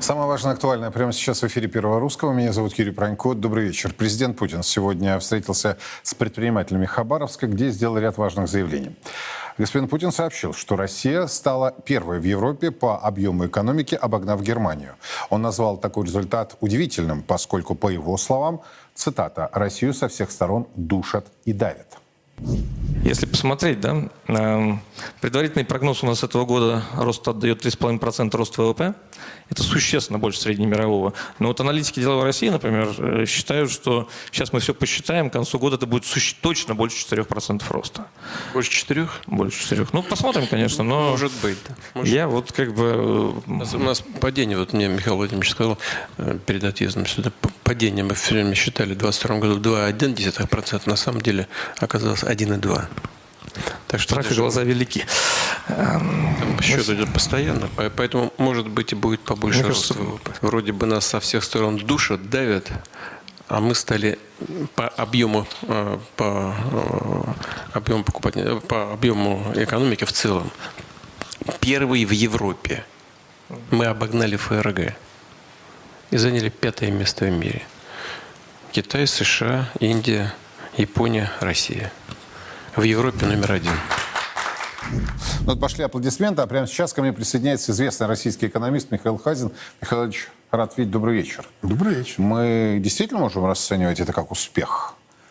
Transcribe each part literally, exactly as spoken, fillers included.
Самое важное, актуальное прямо сейчас в эфире Первого Русского. Меня зовут Юрий Пронько. Добрый вечер. Президент Путин сегодня встретился с предпринимателями Хабаровска, где сделал ряд важных заявлений. Господин Путин сообщил, что Россия стала первой в Европе по объему экономики, обогнав Германию. Он назвал такой результат удивительным, поскольку, по его словам, цитата, «Россию со всех сторон душат и давят». Если посмотреть, да, предварительный прогноз у нас этого года рост отдает три с половиной процента роста ВВП. Это существенно больше среднемирового. Но вот аналитики деловой России, например, считают, что сейчас мы все посчитаем, к концу года это будет точно больше четырёх процентов роста. Больше четырех? Больше четырех. Ну, посмотрим, конечно, но... Может быть, да. Может. Я вот как бы... У нас, у нас падение, вот мне Михаил Владимирович сказал перед отъездом, что это падение мы все время считали в двадцать втором году два целых одна десятая процента, на самом деле оказалось один целых два десятых. Так что страх и глаза велики. Там счет идет постоянно, поэтому, может быть, и будет побольше роста. Вроде бы нас со всех сторон душат, давят, а мы стали по объему, по объему покупателей, по объему экономики в целом первый в Европе. Мы обогнали ФРГ и заняли пятое место в мире. Китай, США, Индия, Япония, Россия. В Европе номер один. Ну, вот пошли аплодисменты, а прямо сейчас ко мне присоединяется известный российский экономист Михаил Хазин. Михаил Ильич, рад видеть. Добрый вечер. Добрый вечер. Мы действительно можем расценивать это как успех?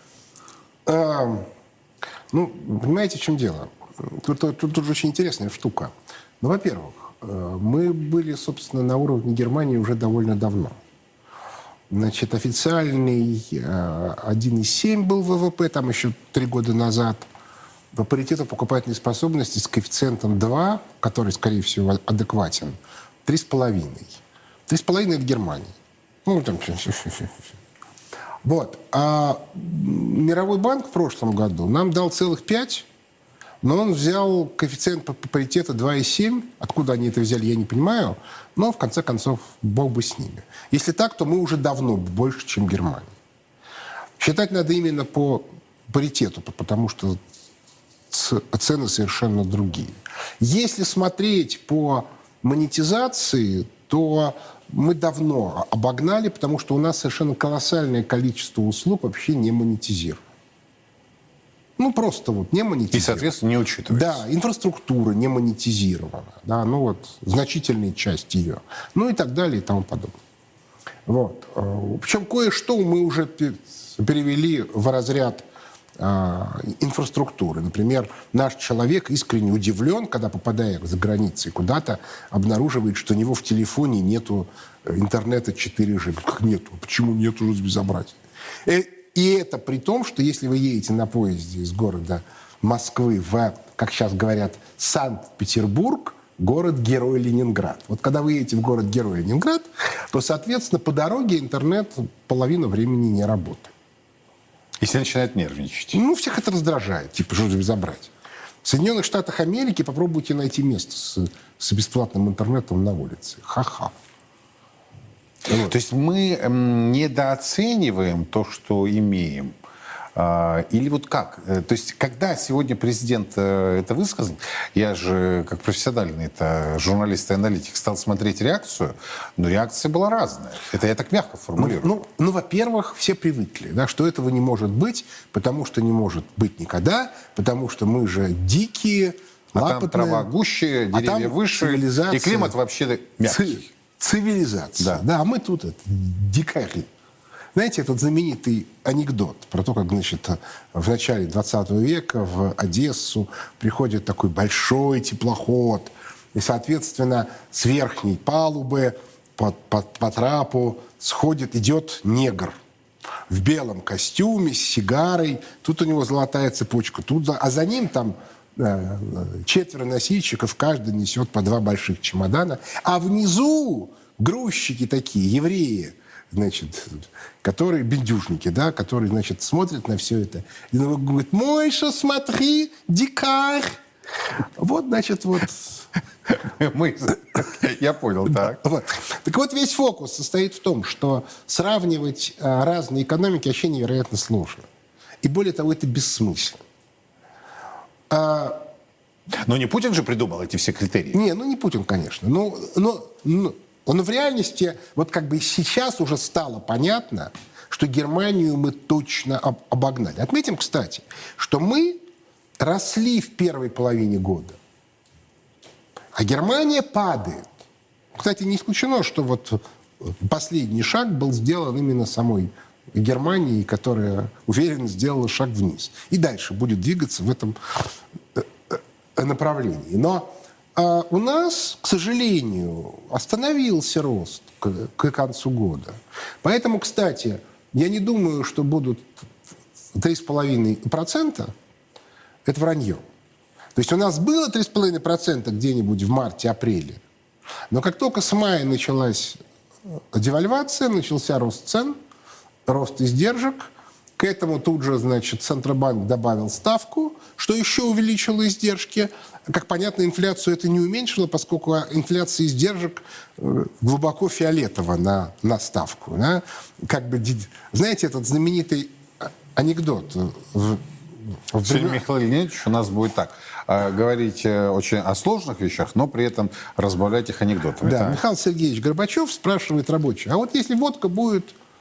А, ну, понимаете, в чем дело? Тут, тут, тут уже очень интересная штука. Ну, во-первых, мы были, собственно, на уровне Германии уже довольно давно. Значит, официальный один целых семь десятых был ВВП, там еще три года назад. По паритету покупательной способности с коэффициентом два, который, скорее всего, адекватен, три с половиной. Три с половиной это Германия. Ну, там... Вот. А Мировой банк в прошлом году нам дал целых пять, но он взял коэффициент по паритету два целых семь. Откуда они это взяли, я не понимаю. Но, в конце концов, бог бы с ними. Если так, то мы уже давно больше, чем Германия. Считать надо именно по паритету, потому что цены совершенно другие. Если смотреть по монетизации, то мы давно обогнали, потому что у нас совершенно колоссальное количество услуг вообще не монетизируем. Ну, просто вот не монетизировано. И, соответственно, не учитывается. Да, инфраструктура не монетизирована. Да, ну вот, значительная часть ее. Ну и так далее и тому подобное. Вот. Причем кое-что мы уже перевели в разряд а, инфраструктуры. Например, наш человек искренне удивлен, когда, попадая за границей куда-то, обнаруживает, что у него в телефоне нету интернета четыре джи. Как нету? Почему нету? Безобразие. И это при том, что если вы едете на поезде из города Москвы в, как сейчас говорят, Санкт-Петербург, город-герой Ленинград. Вот когда вы едете в город-герой Ленинград, то, соответственно, по дороге интернет половину времени не работает. И все начинают нервничать. Ну, всех это раздражает. Типа, что за безобразие. В Соединенных Штатах Америки попробуйте найти место с, с бесплатным интернетом на улице. Ха-ха. Вот. То есть мы эм, недооцениваем то, что имеем? А, или вот как? То есть когда сегодня президент э, это высказал, я же как профессиональный это журналист и аналитик стал смотреть реакцию, но реакция была разная. Это я так мягко формулирую. Ну, ну, ну во-первых, все привыкли, да, что этого не может быть, потому что не может быть никогда, потому что мы же дикие, а лапотные. Там трава гуще, деревья а выше, и климат вообще мягкий. Цивилизация. Да. Да, а мы тут это, дикари. Знаете, этот знаменитый анекдот про то, как, значит, в начале двадцатого века в Одессу приходит такой большой теплоход, и, соответственно, с верхней палубы по, по, по трапу сходит, идет негр в белом костюме с сигарой. Тут у него золотая цепочка, тут, а за ним там четверо носильщиков, каждый несет по два больших чемодана. А внизу грузчики такие, евреи, значит, которые, бендюжники, да, которые, значит, смотрят на все это. И говорят, Мойша, смотри, дикарь. Вот, значит, вот... Мы... Я понял, так. Вот. Так вот, весь фокус состоит в том, что сравнивать разные экономики вообще невероятно сложно. И более того, это бессмысленно. А... Но не Путин же придумал эти все критерии. Не, ну не Путин, конечно. Но, но, но, Но в реальности, вот как бы сейчас уже стало понятно, что Германию мы точно об- обогнали. Отметим, кстати, что мы росли в первой половине года, а Германия падает. Кстати, не исключено, что вот последний шаг был сделан именно самой Германией, которая уверенно сделала шаг вниз. И дальше будет двигаться в этом направлении. Но а у нас, к сожалению, остановился рост к, к концу года. Поэтому, кстати, я не думаю, что будут три с половиной процента. Это вранье. То есть у нас было три с половиной процента где-нибудь в марте-апреле. Но как только с мая началась девальвация, начался рост цен, рост издержек, к этому тут же, значит, Центробанк добавил ставку, что еще увеличило издержки. Как понятно, инфляцию это не уменьшило, поскольку инфляция издержек глубоко фиолетово на, на ставку. Да? Как бы, знаете, этот знаменитый анекдот. В, в... Сегодня, Михаил Леонидович, у нас будет так. Говорить очень о сложных вещах, но при этом разбавлять их анекдотами. Да, так? Михаил Сергеевич Горбачев спрашивает рабочих, а вот если водка будет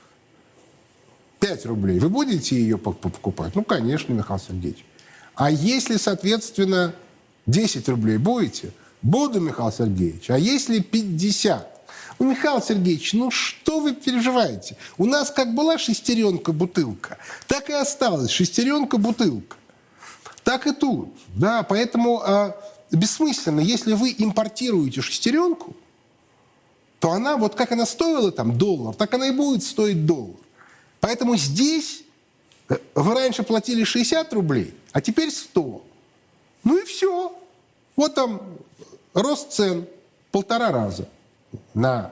пять рублей, вы будете ее покупать? Ну, конечно, Михаил Сергеевич. А если, соответственно, десять рублей будете? Буду, Михаил Сергеевич. А если пятьдесят? Ну, Михаил Сергеевич, ну что вы переживаете? У нас как была шестеренка-бутылка, так и осталась шестеренка-бутылка. Так и тут. Да, поэтому э, бессмысленно, если вы импортируете шестеренку, то она, вот как она стоила там доллар, так она и будет стоить доллар. Поэтому здесь вы раньше платили шестьдесят рублей, а теперь сто. Ну и все. Вот там рост цен полтора раза на,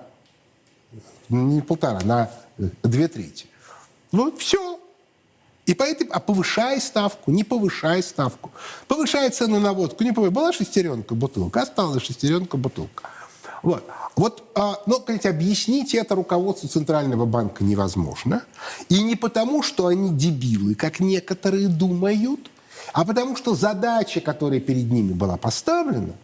не полтора, на две трети. Ну все. И поэтому, а повышай ставку, не повышай ставку. Повышай цену на водку, не повышай. Была шестеренка бутылка, осталась шестеренка бутылка. Вот. Вот, а, но, говорите, объяснить это руководству Центрального банка невозможно. И не потому, что они дебилы, как некоторые думают, а потому что задача, которая перед ними была поставлена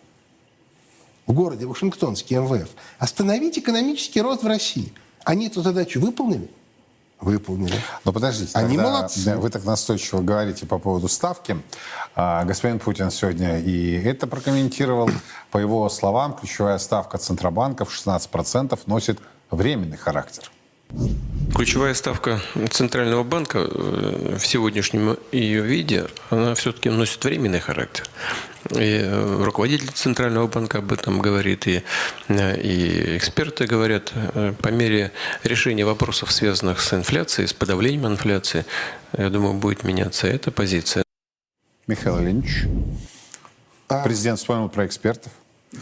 в городе Вашингтонский эм вэ эф, остановить экономический рост в России. Они эту задачу выполнили? Выполнили. Но подождите, они тогда, молодцы. Да, вы так настойчиво говорите по поводу ставки. А, господин Путин сегодня и это прокомментировал. По его словам, ключевая ставка Центробанка в шестнадцать процентов носит временный характер. Ключевая ставка Центрального банка в сегодняшнем ее виде, она все-таки носит временный характер. И руководитель Центрального банка об этом говорит, и, и эксперты говорят. По мере решения вопросов, связанных с инфляцией, с подавлением инфляции, я думаю, будет меняться эта позиция. Михаил Леонидович, а... президент вспомнил про экспертов,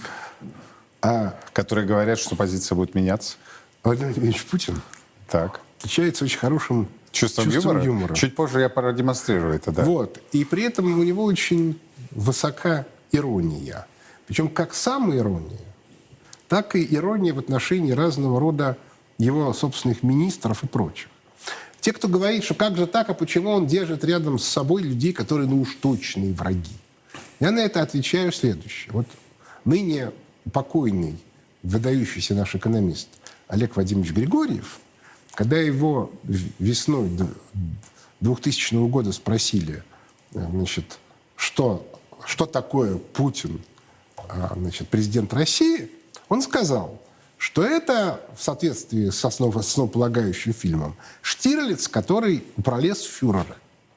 а... которые говорят, что позиция будет меняться. Владимир Владимирович Путин так. отличается очень хорошим чувством, чувством юмора? юмора. Чуть позже я продемонстрирую это, да. Вот. И при этом у него очень высока ирония. Причем как самоирония, так и ирония в отношении разного рода его собственных министров и прочих. Те, кто говорит, что как же так, а почему он держит рядом с собой людей, которые, ну уж точные враги. Я на это отвечаю следующее. Вот ныне покойный, выдающийся наш экономист Олег Вадимович Григорьев, когда его весной двухтысячного года спросили, значит, что, что такое Путин, значит, президент России, он сказал, что это в соответствии с основополагающим фильмом Штирлиц, который пролез в фюрера.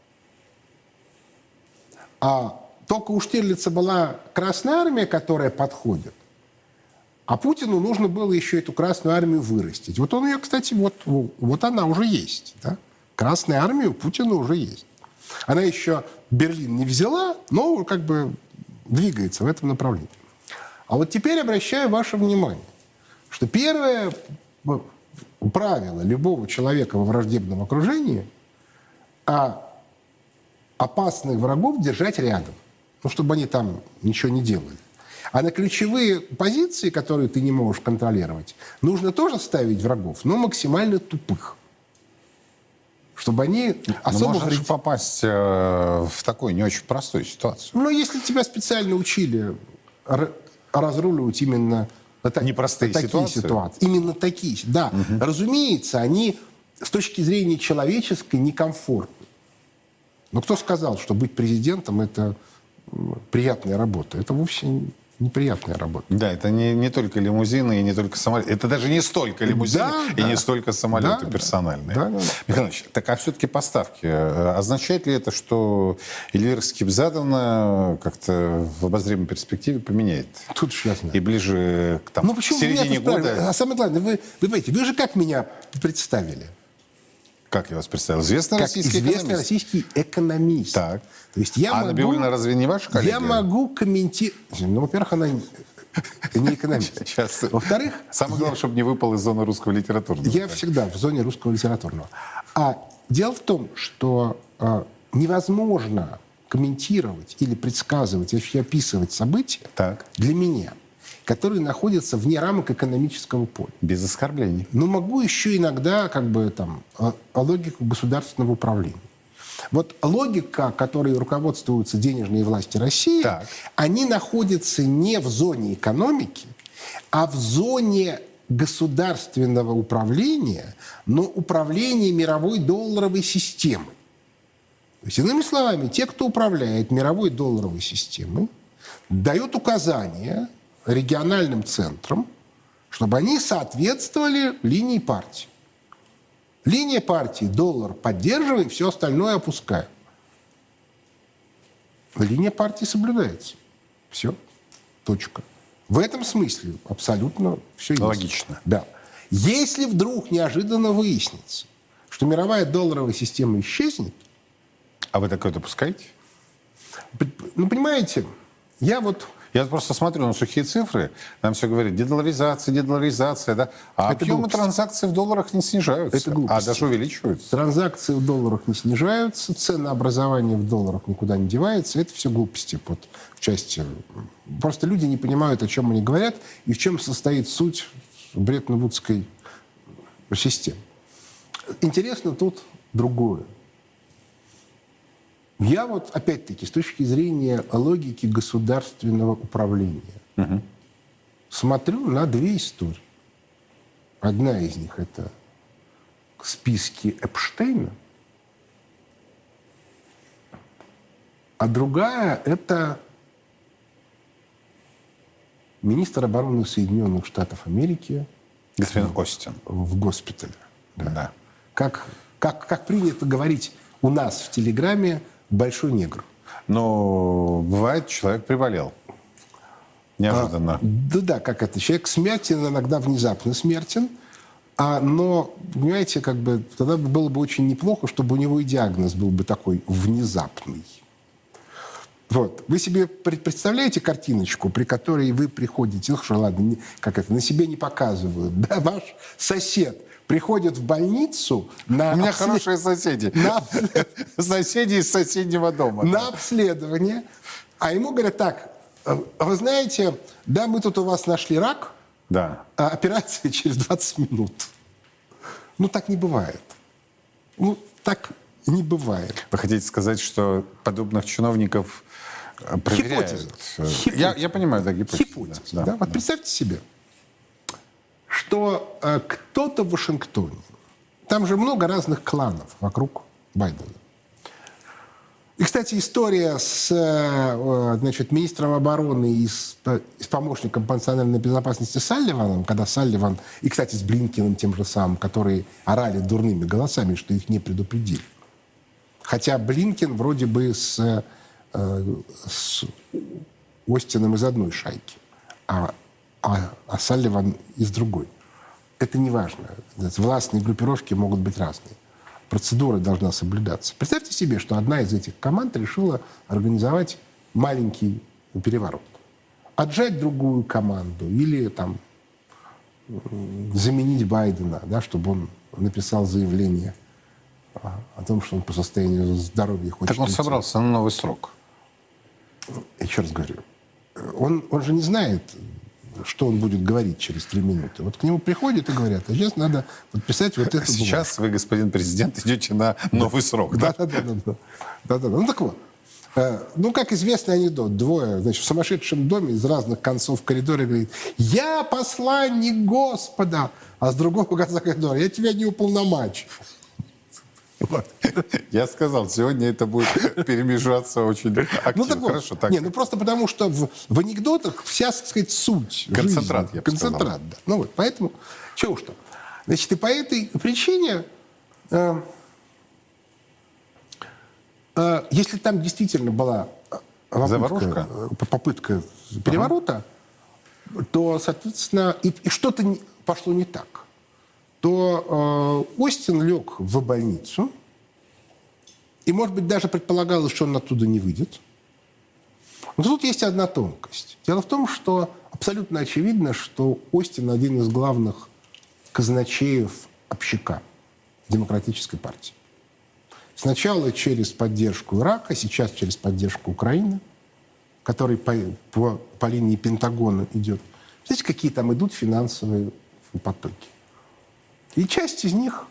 А только у Штирлица была Красная Армия, которая подходит, а Путину нужно было еще эту Красную Армию вырастить. Вот он ее, кстати, вот, вот она уже есть. Да? Красная Армия у Путина уже есть. Она еще Берлин не взяла, но как бы двигается в этом направлении. А вот теперь обращаю ваше внимание, что первое правило любого человека во враждебном окружении – а опасных врагов держать рядом, ну, чтобы они там ничего не делали. А на ключевые позиции, которые ты не можешь контролировать, нужно тоже ставить врагов, но максимально тупых. Чтобы они особо... Можно вред... попасть э, в такую не очень простую ситуацию. Ну, если тебя специально учили разруливать именно Это, непростые такие ситуации. ситуации. Именно такие. Да, угу. Разумеется, они с точки зрения человеческой некомфортны. Но кто сказал, что быть президентом – это приятная работа? Это вовсе неприятная работа. Да, это не, не только лимузины и не только самолеты. Это даже не столько лимузины да, и да. не столько самолеты да, персональные. Да, да, да. Михаил Ильич, так а все-таки поставки. Означает ли это, что Эльвира Скибзадовна как-то в обозримой перспективе поменяет? Тут уж ясно. И ближе к, там, ну, к середине года... А самое главное, вы, вы понимаете, вы же как меня представили? Как я вас представил? Известный как российский известный экономист. российский экономист. Так. То есть я а могу, Набиуллина разве не ваша коллега? Я могу комментировать... Ну, во-первых, она не экономист. Сейчас. Во-вторых... Самое главное, чтобы не выпал из зоны русского литературного. Я всегда в зоне русского литературного. А дело в том, что э, невозможно комментировать или предсказывать, вообще описывать события так. для меня, которые находятся вне рамок экономического поля. Без оскорблений. Но могу еще иногда как бы там о, о логику государственного управления. Вот логика, которой руководствуются денежные власти России, так. они находятся не в зоне экономики, а в зоне государственного управления, но управления мировой долларовой системой. То есть, иными словами, те, кто управляет мировой долларовой системой, дают указания региональным центрам, чтобы они соответствовали линии партии. Линия партии доллар поддерживаем, все остальное опускаем. Линия партии соблюдается. Все. Точка. В этом смысле абсолютно все есть. Логично. Да. Если вдруг неожиданно выяснится, что мировая долларовая система исчезнет... А вы такое допускаете? Ну, понимаете, я вот... Я просто смотрю на сухие цифры, нам все говорят, дедоларизация, дедоларизация, да? А это объемы глупости. транзакций в долларах не снижаются, это глупости. а даже увеличиваются. Транзакции в долларах не снижаются, ценообразование в долларах никуда не девается. Это все глупости вот, в части. Просто люди не понимают, о чем они говорят и в чем состоит суть Бреттон-Вудской системы. Интересно тут другое. Я вот, опять-таки, с точки зрения логики государственного управления, угу. смотрю на две истории. Одна из них – это списки Эпштейна, а другая – это министр обороны Соединенных Штатов Америки господин Остин в госпитале. Да. Да. Как, как, как принято говорить у нас в Телеграме, большой негр. Но бывает, человек приболел. Неожиданно. А, да, да, как это. Человек смертен, иногда внезапно смертен. А, но, понимаете, как бы, тогда было бы очень неплохо, чтобы у него и диагноз был бы такой внезапный. Вот. Вы себе представляете картиночку, при которой вы приходите, ну хорошо, ладно, не, как это, на себе не показывают, да, ваш сосед приходит в больницу на... У меня обслед... хорошие соседи. На... Соседи из соседнего дома. На обследование. А ему говорят так, вы знаете, да, мы тут у вас нашли рак, да. а операция через двадцать минут. Ну, так не бывает. Ну, так не бывает. Вы хотите сказать, что подобных чиновников проверяют? Гипотеза. Гипотеза. Я, я понимаю, да, гипотеза. Гипотеза, да, да. да. Вот да. Представьте себе, что э, кто-то в Вашингтоне, там же много разных кланов вокруг Байдена. И, кстати, история с э, значит, министром обороны и с, с помощником по национальной безопасности Салливаном, когда Салливан, и, кстати, с Блинкиным тем же самым, которые орали дурными голосами, что их не предупредили. Хотя Блинкин вроде бы с, э, с Остином из одной шайки, а А, а Салливан из другой. Это не важно. Властные группировки могут быть разные. Процедура должна соблюдаться. Представьте себе, что одна из этих команд решила организовать маленький переворот. Отжать другую команду или там, заменить Байдена, да, чтобы он написал заявление о том, что он по состоянию здоровья хочет... Так он уйти. собрался на новый срок. Еще раз говорю. Он, он же не знает... что он будет говорить через три минуты. Вот к нему приходят и говорят, а сейчас надо подписать вот эту Сейчас бумажку. вы, господин президент, идете на новый срок, да? Да-да-да. Ну так вот. Ну, как известный анекдот, двое, значит, в сумасшедшем доме из разных концов коридора говорит: «Я посланник Господа», а с другого конца коридора: «Я тебя не уполномочу». Вот. Я сказал, сегодня это будет перемежаться очень активно. Ну, так вот. Хорошо, так. Не, ну просто потому, что в, в анекдотах вся, так сказать, суть Концентрат, жизни. я бы Концентрат, сказал. да. Ну вот, поэтому, чего уж там. Значит, и по этой причине, э, э, если там действительно была попытка, Заварушка? попытка переворота, ага. то, соответственно, и, и что-то не, пошло не так, то э, Остин лег в больницу, и, может быть, даже предполагалось, что он оттуда не выйдет. Но тут есть одна тонкость. Дело в том, что абсолютно очевидно, что Остин один из главных казначеев общака Демократической партии. Сначала через поддержку Ирака, сейчас через поддержку Украины, который по, по, по линии Пентагона идет. Знаете, какие там идут финансовые потоки? И часть из них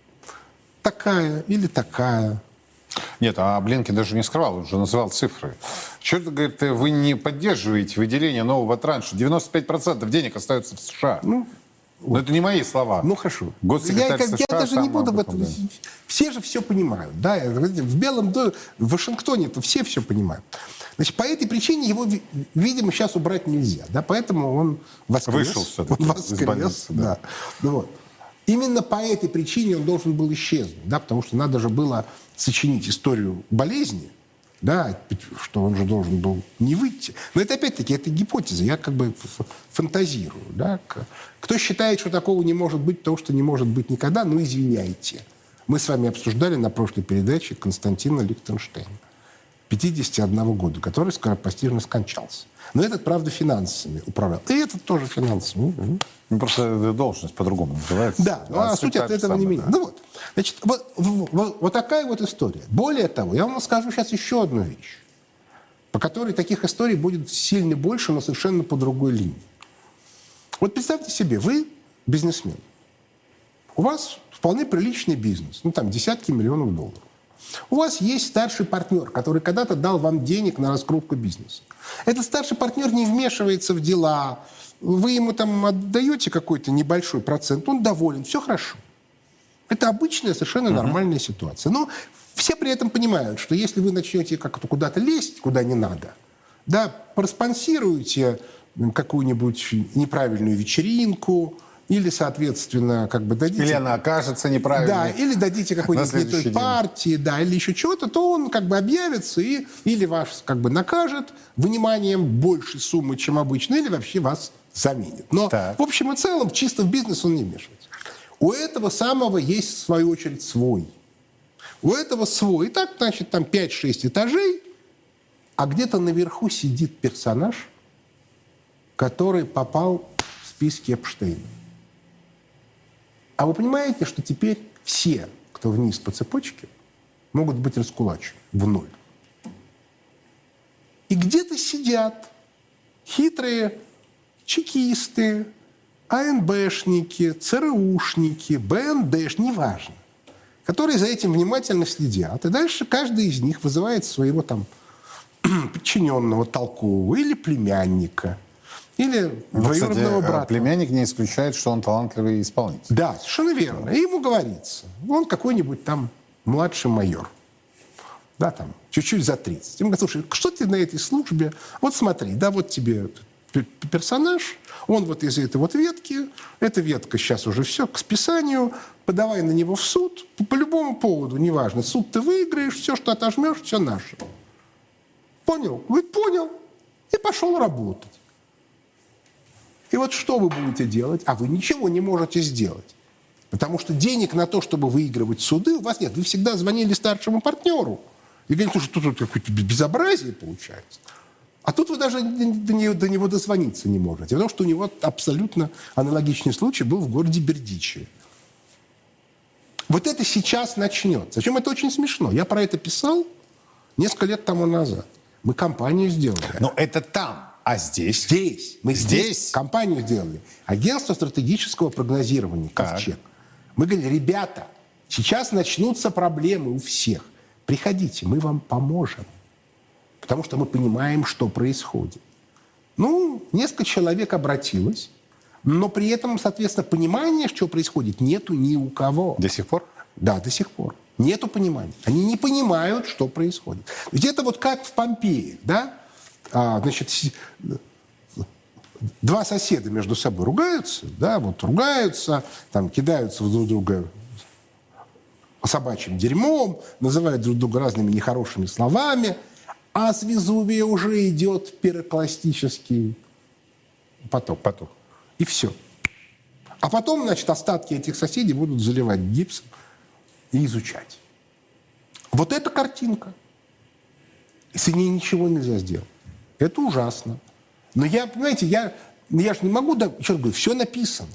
такая или такая. Нет, а Блинкен даже не скрывал, он же называл цифры. Что-то, говорит, вы не поддерживаете выделение нового транша. девяносто пять процентов денег остается в США. Ну, Но вот. Это не мои слова. Ну, хорошо. Госсекретарь я, США я даже не буду в этом... Да. Все же все понимают. Да? В Белом доме, в Вашингтоне-то все все понимают. Значит, по этой причине его, видимо, сейчас убрать нельзя. Да? Поэтому он воскрес. Вышел все-таки он воскрес, из больницы. Да. Да. Ну, вот. Именно по этой причине он должен был исчезнуть. Да? Потому что надо же было сочинить историю болезни, да, что он же должен был не выйти. Но это опять-таки, это гипотеза, я как бы фантазирую. Да? Кто считает, что такого не может быть, того, что не может быть никогда, ну, извиняйте. Мы с вами обсуждали на прошлой передаче Константина Лихтенштейна, пятидесяти одного года, который скоропостижно скончался. Но этот, правда, финансами управлял. И этот тоже финансами. Ну, просто должность по-другому называется. Да, ну, а, а суть от этого самое, не меняется. Да. Ну, вот. Значит, вот, вот, вот такая вот история. Более того, я вам скажу сейчас еще одну вещь, по которой таких историй будет сильно больше, но совершенно по другой линии. Вот представьте себе, вы бизнесмен. У вас вполне приличный бизнес, ну там десятки миллионов долларов. У вас есть старший партнер, который когда-то дал вам денег на раскрутку бизнеса. Этот старший партнер не вмешивается в дела, вы ему там отдаете какой-то небольшой процент, он доволен, все хорошо. Это обычная, совершенно uh-huh. нормальная ситуация. Но все при этом понимают, что если вы начнете как-то куда-то лезть, куда не надо, да, проспонсируете какую-нибудь неправильную вечеринку, или, соответственно, как бы дадите... Или она окажется неправильной. Да, или дадите какой-нибудь не той партии, да, или еще чего-то, то он как бы объявится и или вас как бы накажет выниманием большей суммы, чем обычно, или вообще вас заменит. Но так. в общем и целом чисто в бизнес он не вмешивается. У этого самого есть, в свою очередь, свой. У этого свой. И так, значит, там пять-шесть этажей, а где-то наверху сидит персонаж, который попал в списки Эпштейна. А вы понимаете, что теперь все, кто вниз по цепочке, могут быть раскулачены в ноль. И где-то сидят хитрые чекисты, АНБшники, ЦРУшники, БНДш, неважно, которые за этим внимательно следят. И дальше каждый из них вызывает своего там подчиненного толкового или племянника, или двоюродного брата. Племянник не исключает, что он талантливый исполнитель. Да, совершенно верно. И ему говорится, он какой-нибудь там младший майор. Да, там, чуть-чуть за тридцать. Ему говорят, слушай, что ты на этой службе? Вот смотри, да, вот тебе персонаж, он вот из этой вот ветки, эта ветка сейчас уже все к списанию, подавай на него в суд, по, по любому поводу, неважно, суд ты выиграешь, все, что отожмешь, все наше. Понял? Говорит, понял. И пошел работать. И вот что вы будете делать? А вы ничего не можете сделать. Потому что денег на то, чтобы выигрывать суды, у вас нет. Вы всегда звонили старшему партнеру. И говорите, что тут какое-то безобразие получается. А тут вы даже до него, до него дозвониться не можете. Потому что у него абсолютно аналогичный случай был в городе Бердичеве. Вот это сейчас начнется. Причем это очень смешно. Я про это писал несколько лет тому назад. Мы кампанию сделали. Но это там. А здесь? Здесь. Мы здесь, здесь компанию сделали. Агентство стратегического прогнозирования «Ковчег». Мы говорили, ребята, сейчас начнутся проблемы у всех. Приходите, мы вам поможем. Потому что мы понимаем, что происходит. Ну, несколько человек обратилось, но при этом, соответственно, понимания, что происходит, нету ни у кого. До сих пор? Да, до сих пор. Нету понимания. Они не понимают, что происходит. Ведь это вот как в Помпеи, да? А, значит, два соседа между собой ругаются, да, вот ругаются, там кидаются в друг друга собачьим дерьмом, называют друг друга разными нехорошими словами, а с Везувия уже идет пирокластический поток. поток. И все. А потом, значит, остатки этих соседей будут заливать гипсом и изучать. Вот эта картинка. С ней ничего нельзя сделать. Это ужасно. Но я, понимаете, я, я же не могу... Да, еще раз говорю, все написано.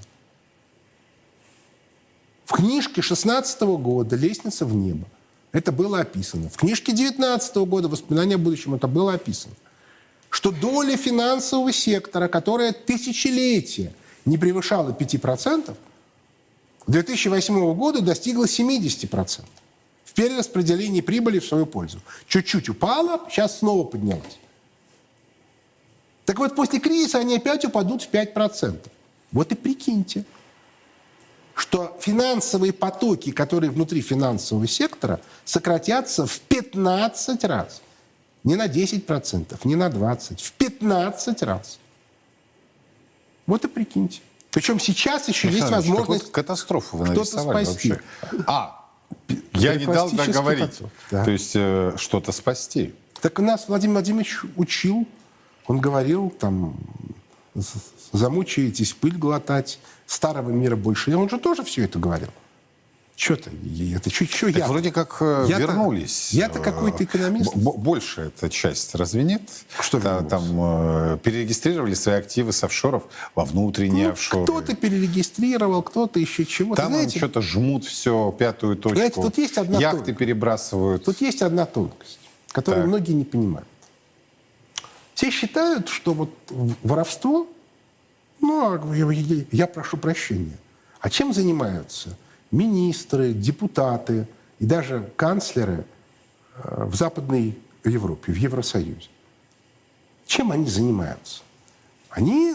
В книжке шестнадцатого года «Лестница в небо» это было описано. В книжке девятнадцатого года «Воспоминания о будущем» это было описано. Что доля финансового сектора, которая тысячелетия не превышала пяти процентов, к две тысячи восьмого года достигла семидесяти процентов в перераспределении прибыли в свою пользу. Чуть-чуть упала, сейчас снова поднялась. Так вот, после кризиса они опять упадут в пять процентов. Вот и прикиньте, что финансовые потоки, которые внутри финансового сектора, сократятся в пятнадцать раз. Не на десять процентов, не на двадцать процентов, в пятнадцать раз. Вот и прикиньте. Причем сейчас еще есть возможность... Катастрофу вы нарисовали спасти. вообще. А, я не дал договорить. Да. То есть э, что-то спасти. Так нас Владимир Владимирович учил. Он говорил, там, замучаетесь пыль глотать, старого мира больше. И он же тоже все это говорил. Что-то, это что я? Вроде как я вернулись. Я-то какой-то экономист. Больше эта часть, разве нет? Что Та, там э, перерегистрировали свои активы с офшоров во внутренние ну, офшоры. Кто-то перерегистрировал, кто-то еще чего-то. Там знаете, что-то жмут все, пятую точку. Знаете, тут есть одна яхты тонкость. перебрасывают. Тут есть одна тонкость, которую так. многие не понимают. Все считают, что вот воровство, ну, я, я прошу прощения, а чем занимаются министры, депутаты и даже канцлеры в Западной Европе, в Евросоюзе? Чем они занимаются? Они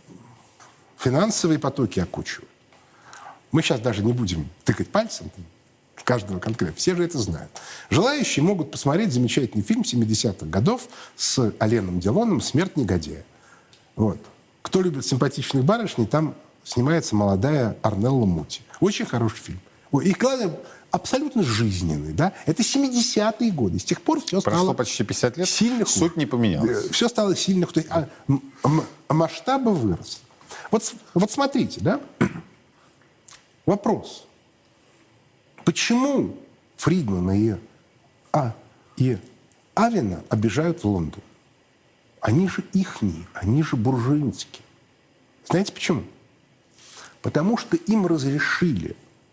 финансовые потоки окучивают. Мы сейчас даже не будем тыкать пальцем в каждого конкретно. Все же это знают. Желающие могут посмотреть замечательный фильм семидесятых годов с Аленом Делоном «Смерть негодяя». Вот. Кто любит симпатичных барышней, там снимается молодая Орнелла Мути. Очень хороший фильм. И, главное, абсолютно жизненный. Да? Это семидесятые годы. С тех пор все стало... Прошло почти пятьдесят лет, сильно суть хуже. не поменялась. Все стало сильно хуже. А, а масштабы выросли. Вот, вот смотрите, да? Вопрос. Почему Фридмана и, а, и Авена обижают в Лондон? Они же ихние, они же буржуинские. Знаете почему? Потому что им разрешили,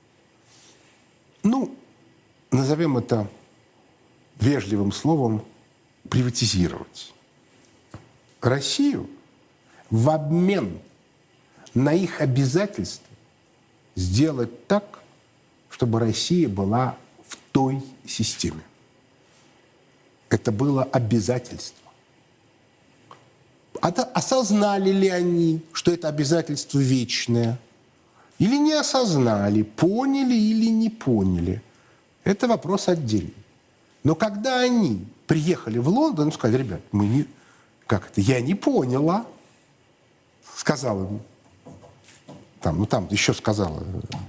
ну, назовем это вежливым словом, приватизировать Россию в обмен на их обязательство сделать так, чтобы Россия была в той системе. Это было обязательство. Осознали ли они, что это обязательство вечное? Или не осознали, поняли или не поняли? Это вопрос отдельный. Но когда они приехали в Лондон, сказали, ребят, мы не... Как это? Я не поняла. Сказал им. Там, ну там еще сказала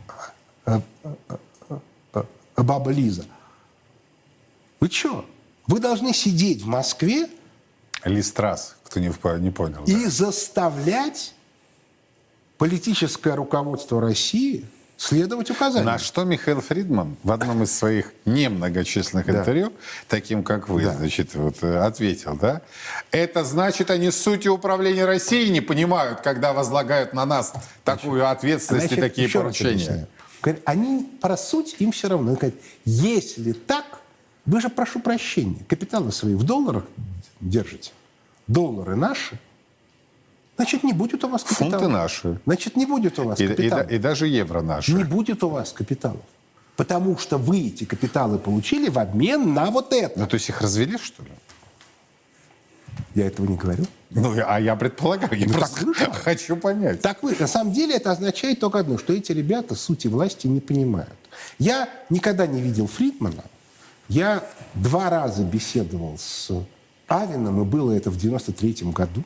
баба Лиза. Вы что? Вы должны сидеть в Москве Листрас, кто не, не понял. И да. заставлять политическое руководство России следовать указаниям. На что Михаил Фридман в одном из своих немногочисленных да. интервью, таким как вы, да. значит, вот, ответил, да? Это значит, они сути управления Россией не понимают, когда возлагают на нас такую значит, ответственность значит, и такие поручения. Говорят, они про суть им все равно. Говорят, если так, вы же, прошу прощения, капиталы свои в долларах держите. Доллары наши. Значит, не будет у вас капиталов. Фунты наши. Значит, не будет у вас и, капиталов. И, и даже евро наши. Не будет у вас капиталов. Потому что вы эти капиталы получили в обмен на вот это. Ну, то есть их развели, что ли? Я этого не говорю. Ну, а я предполагаю, я Ну, просто так вышло. хочу понять. Так вы, на самом деле это означает только одно, что эти ребята сути власти не понимают. Я никогда не видел Фридмана. Я два раза беседовал с Авином, и было это в девяносто третьем году.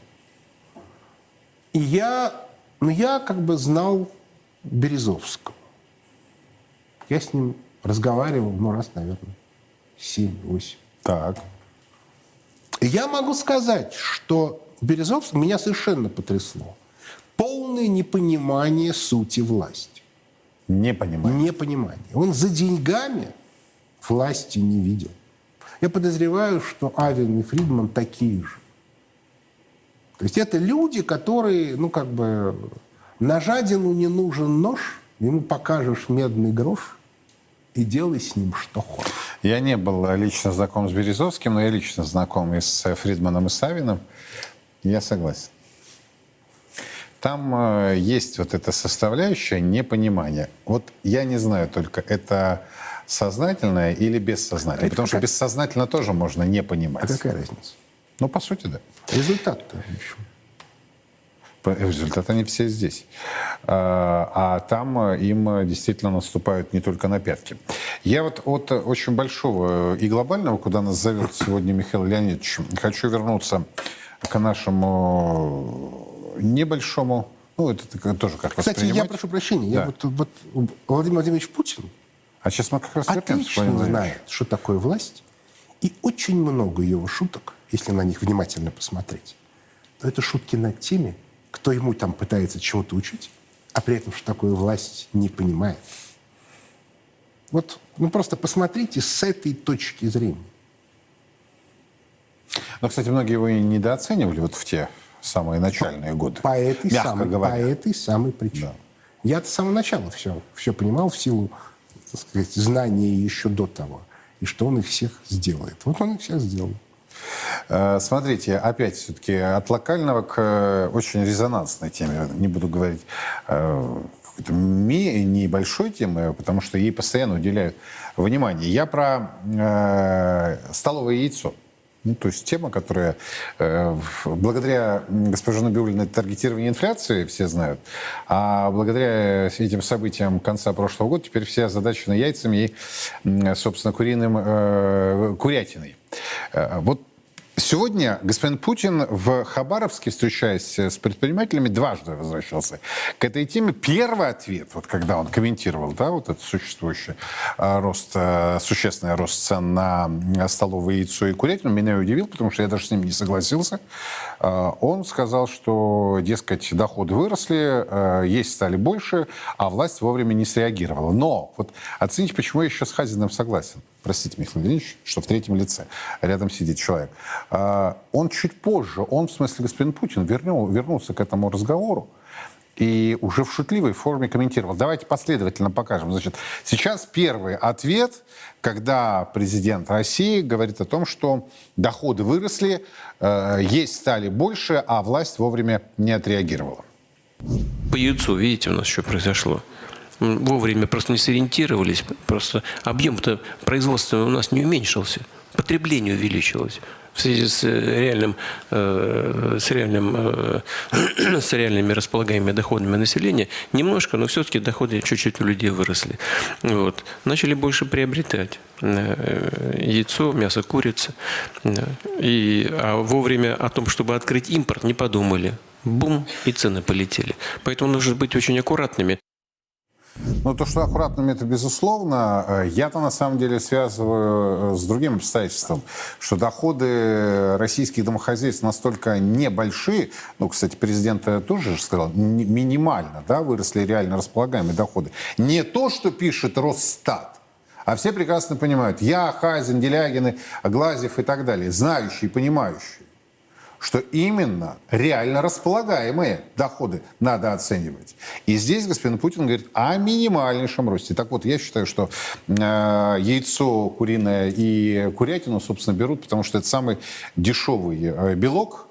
И я, ну, я как бы знал Березовского. Я с ним разговаривал, ну, раз, наверное, семь-восемь. Так. И я могу сказать, что Березовский меня совершенно потрясло. Полное непонимание сути власти. Не понимаю. Непонимание. Он за деньгами власти не видел. Я подозреваю, что Авен и Фридман такие же. То есть это люди, которые, ну, как бы, на жадину не нужен нож, ему покажешь медный грош и делай с ним что хочешь. Я не был лично знаком с Березовским, но я лично знаком и с Фридманом, и с Авином. Я согласен. Там э, есть вот эта составляющая непонимания. Вот я не знаю только, это сознательное или бессознательное. Это Потому какая... что бессознательно тоже можно не понимать. А какая разница? Ну, по сути, да. Результат-то еще. Результат они все здесь. А, а там им действительно наступают не только на пятки. Я вот от очень большого и глобального, куда нас зовет сегодня Михаил Леонидович, хочу вернуться к нашему небольшому, ну, это тоже как Кстати, воспринимать. я прошу прощения, Да. я вот, вот Владимир Владимирович Путин А сейчас мы как раз вернемся к отлично Владимиру знает, Владимировичу. что такое власть, и очень много его шуток, если на них внимательно посмотреть, то это шутки над теми, кто ему там пытается чего-то учить, а при этом, что такое власть, не понимает. Вот, ну просто посмотрите с этой точки зрения. Но, кстати, многие его и недооценивали вот в те самые начальные годы. По этой, мягко самой, говоря. по этой самой причине. Да. Я-то с самого начала все, все понимал в силу, так сказать, знания еще до того. И что он их всех сделает. Вот он их всех сделал. Э, Смотрите, опять все-таки от локального к э, очень резонансной теме. Не буду говорить э, какой-то ми- небольшой темы, потому что ей постоянно уделяют внимание. Я про э, столовое яйцо. Ну, то есть тема, которая э, в- благодаря госпоже Набиуллиной таргетированию инфляции все знают, а благодаря этим событиям конца прошлого года теперь все озадачены яйцами и, м, собственно, куриным, э, курятиной. Э, вот сегодня господин Путин в Хабаровске, встречаясь с предпринимателями, дважды возвращался к этой теме. Первый ответ, вот когда он комментировал, да, вот этот существующий э, рост, э, существенный рост цен на столовое яйцо и курятину, меня удивил, потому что я даже с ним не согласился. Э, он сказал, что, дескать, доходы выросли, э, есть стали больше, а власть вовремя не среагировала. Но вот оцените, почему я еще с Хазиным согласен. Простите, Михаил Владимирович, что в третьем лице рядом сидит человек. А, он чуть позже, он, в смысле господин Путин, вернул, вернулся к этому разговору и уже в шутливой форме комментировал. Давайте последовательно покажем. Значит, сейчас первый ответ, когда президент России говорит о том, что доходы выросли, э, есть стали больше, а власть вовремя не отреагировала. По яйцу, видите, у нас что произошло. Вовремя просто не сориентировались, просто объем-то производства у нас не уменьшился, потребление увеличилось. В связи с реальным, э, с, реальным, э, с реальными располагаемыми доходами населения немножко, но все-таки доходы чуть-чуть у людей выросли. Вот. Начали больше приобретать э, яйцо, мясо курицы. И, а вовремя о том, чтобы открыть импорт, не подумали. Бум, и цены полетели. Поэтому нужно быть очень аккуратными. Ну, то, что аккуратными, это безусловно. Я-то на самом деле связываю с другим обстоятельством, что доходы российских домохозяйств настолько небольшие, ну, кстати, президент тоже же сказал, минимально, да, выросли реально располагаемые доходы. Не то, что пишет Росстат, а все прекрасно понимают, я, Хазин, Делягин, Глазьев и так далее, знающие, понимающие, что именно реально располагаемые доходы надо оценивать. И здесь господин Путин говорит о минимальнейшем росте. Так вот, я считаю, что э, яйцо куриное и курятину, собственно, берут, потому что это самый дешевый э, белок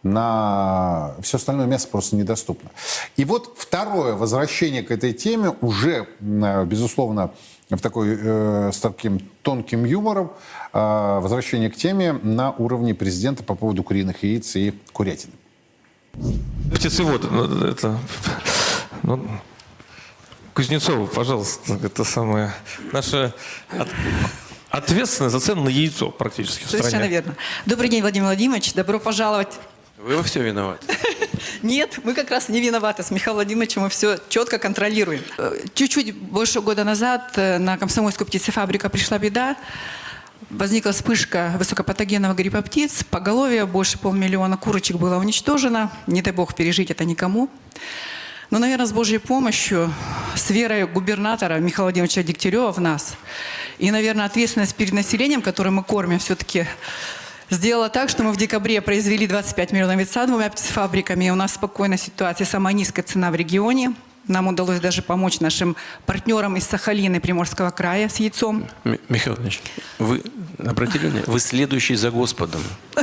на все остальное место просто недоступно. И вот второе возвращение к этой теме уже, безусловно, в такой, э, с таким тонким юмором, э, возвращение к теме на уровне президента по поводу куриных яиц и курятины. Птицевод, ну, это... Ну, Кузнецова, пожалуйста, это самое... Наша... От... Ответственность за цену на яйцо практически в стране. Совершенно верно. Добрый день, Владимир Владимирович. Добро пожаловать. Вы во всем виноваты. Нет, мы как раз не виноваты. С Михаилом Владимировичем мы все четко контролируем. Чуть-чуть больше года назад на Комсомольскую птицефабрику пришла беда. Возникла вспышка высокопатогенного гриппа птиц. Поголовье больше полмиллиона курочек было уничтожено. Не дай бог пережить это никому. Но, наверное, с Божьей помощью, с верой губернатора Михаила Владимировича Дегтярева в нас и, наверное, ответственность перед населением, которое мы кормим, все-таки сделала так, что мы в декабре произвели двадцать пять миллионов яйца двумя птицефабриками. И у нас спокойная ситуация, самая низкая цена в регионе. Нам удалось даже помочь нашим партнерам из Сахалина и Приморского края с яйцом. М- Михаил Ильич, вы обратили внимание, вы следующий за Господом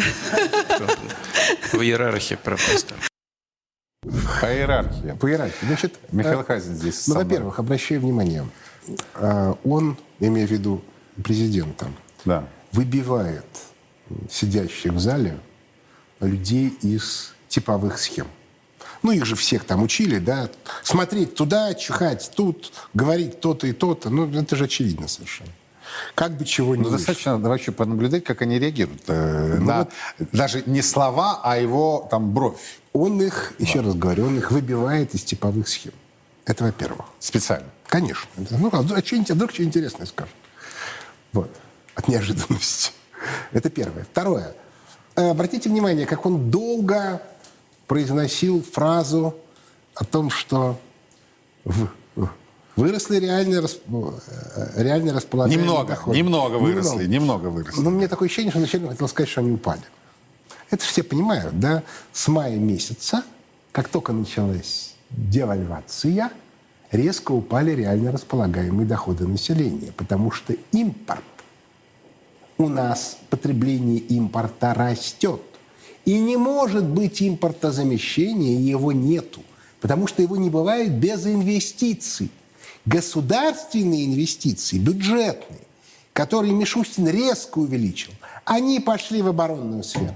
в иерархии просто. По иерархии. По иерархии. Значит, Михаил э, Хазин здесь. Ну, во-первых, обращаю внимание, э, он, имея в виду президента, Да. выбивает сидящих в зале людей из типовых схем. Ну, их же всех там учили, да, смотреть туда, чихать тут, говорить то-то и то-то. Ну, это же очевидно совершенно. Как бы чего ни Ну, достаточно вообще понаблюдать, как они реагируют. Э, Ну, на, вот. Даже не слова, а его там бровь. Он их, еще раз говорю, он их выбивает из типовых схем. Это во-первых. Специально. Конечно. Это, ну, а вдруг что-нибудь, вдруг что интересное скажет. Вот. От неожиданности. Это первое. Второе. Э, Обратите внимание, как он долго произносил фразу о том, что в- в- выросли реальные, расп- э, реальные располагаемые Немного, доходы. немного выросли, немного выросли. Но мне такое ощущение, что вначале хотел сказать, что они упали. Это все понимают, да? С мая месяца, как только началась девальвация, резко упали реально располагаемые доходы населения, потому что импорт, у нас потребление импорта растет. И не может быть импортозамещения, его нету, потому что его не бывает без инвестиций. Государственные инвестиции, бюджетные, которые Мишустин резко увеличил, они пошли в оборонную сферу.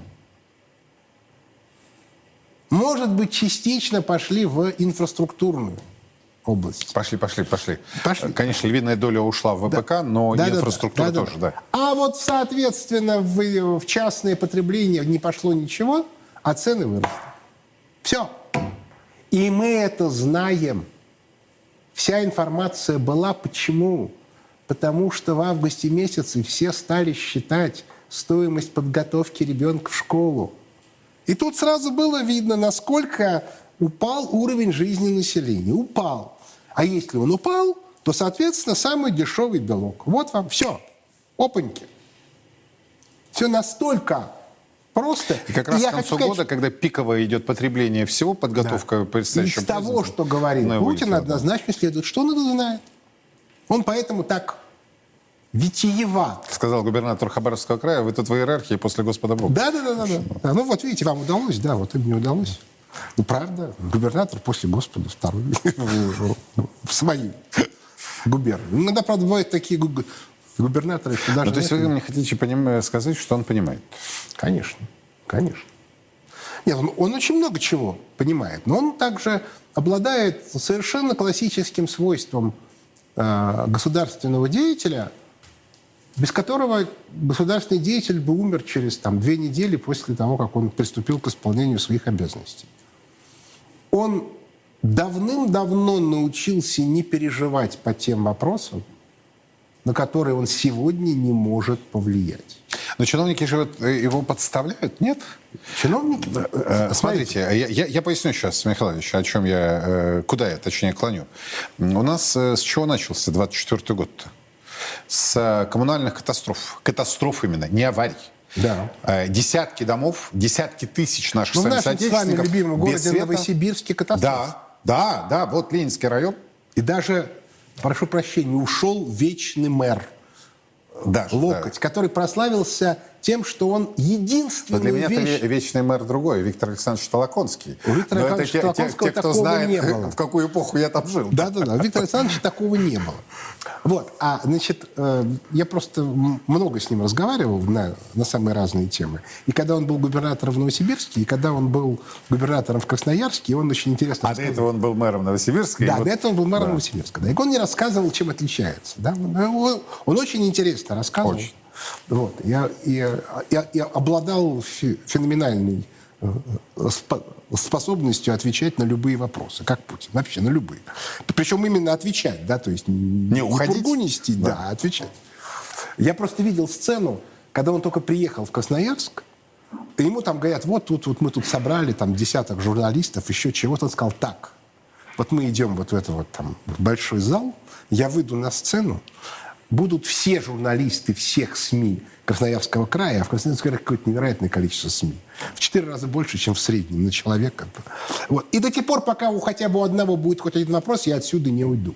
Может быть, частично пошли в инфраструктурную область. Пошли, пошли, пошли. Пошли. Конечно, львиная доля ушла в ВПК, но Да, и да, инфраструктура да, да, тоже, да. да. А вот, соответственно, в, в частное потребление не пошло ничего, а цены выросли. Все. И мы это знаем. Вся информация была. Почему? Потому что в августе месяце все стали считать стоимость подготовки ребенка в школу. И тут сразу было видно, насколько упал уровень жизни населения. Упал. А если он упал, то, соответственно, самый дешевый белок. Вот вам все. Опаньки. Все настолько просто. И как раз И к я концу хочу сказать, года, когда пиковое идет потребление всего, подготовка к предстоящему из того, празднику, что говорил ну, Путин, вылетело, да. однозначно следует, что он это знает. Он поэтому так витиеват. Сказал губернатор Хабаровского края, вы тут в иерархии после Господа Бога. Да, да, да, да, да. Да, ну вот видите, вам удалось, да, вот им не удалось. Ну, правда, губернатор после Господа второй в своей губернии. Иногда, правда, бывают такие губ- губернаторы, что даже... Ну, то есть вы знаете, мне хотите поним- сказать, что он понимает? Конечно, конечно. Нет, он, он очень много чего понимает, но он также обладает совершенно классическим свойством э, государственного деятеля, без которого государственный деятель бы умер через там, две недели после того, как он приступил к исполнению своих обязанностей. Он давным-давно научился не переживать по тем вопросам, на которые он сегодня не может повлиять. Но чиновники же вот его подставляют, нет? Чиновники... Э, Смотрите, я, я, я поясню сейчас, Михаил Ильич, о чем я, э, куда я, точнее, клоню. У нас э, с чего начался двадцать четвёртый год-то? С э, коммунальных катастроф. Катастроф именно, не аварий. Да. Э, Десятки домов, десятки тысяч наших Ну, в с вами нашем с вами соотечественников любимом без городе света. Новосибирске катастрофа. Да, да, да, вот Ленинский район. И даже, прошу прощения, ушел вечный мэр Даже, Локоть, который прославился тем, что он единственную Но для меня вещь... это вечный мэр другой, Виктор Александрович Толоконский. У Виктора Но Александровича это те, Толоконского те, те, кто такого знает, не было. в какую эпоху я там жил. Да-да-да, у Виктора Александровича такого не было. Вот, а, значит, э, я просто много с ним разговаривал на, на самые разные темы. И когда он был губернатором в Новосибирске, и когда он был губернатором в Красноярске, он очень интересно... А до этого он был мэром Новосибирска? Да, вот... до этого он был мэром да. Новосибирска. Да. И он мне рассказывал, чем отличается. Да? Он, он очень интересно рассказывал. Очень. Вот. Я, я, я, я обладал феноменальной способностью отвечать на любые вопросы, как Путин, вообще на любые. Причем именно отвечать, да, то есть не, не уходить, пургу нести, да. да, отвечать. Я просто видел сцену, когда он только приехал в Красноярск, и ему там говорят, вот тут вот мы тут собрали там десяток журналистов, еще чего-то. Он сказал, так, вот мы идем вот в этот вот там большой зал, я выйду на сцену, будут все журналисты всех СМИ Красноярского края, а в Красноярском крае какое-то невероятное количество СМИ. В четыре раза больше, чем в среднем на человека. Вот. И до тех пор, пока у хотя бы у одного будет хоть один вопрос, я отсюда не уйду.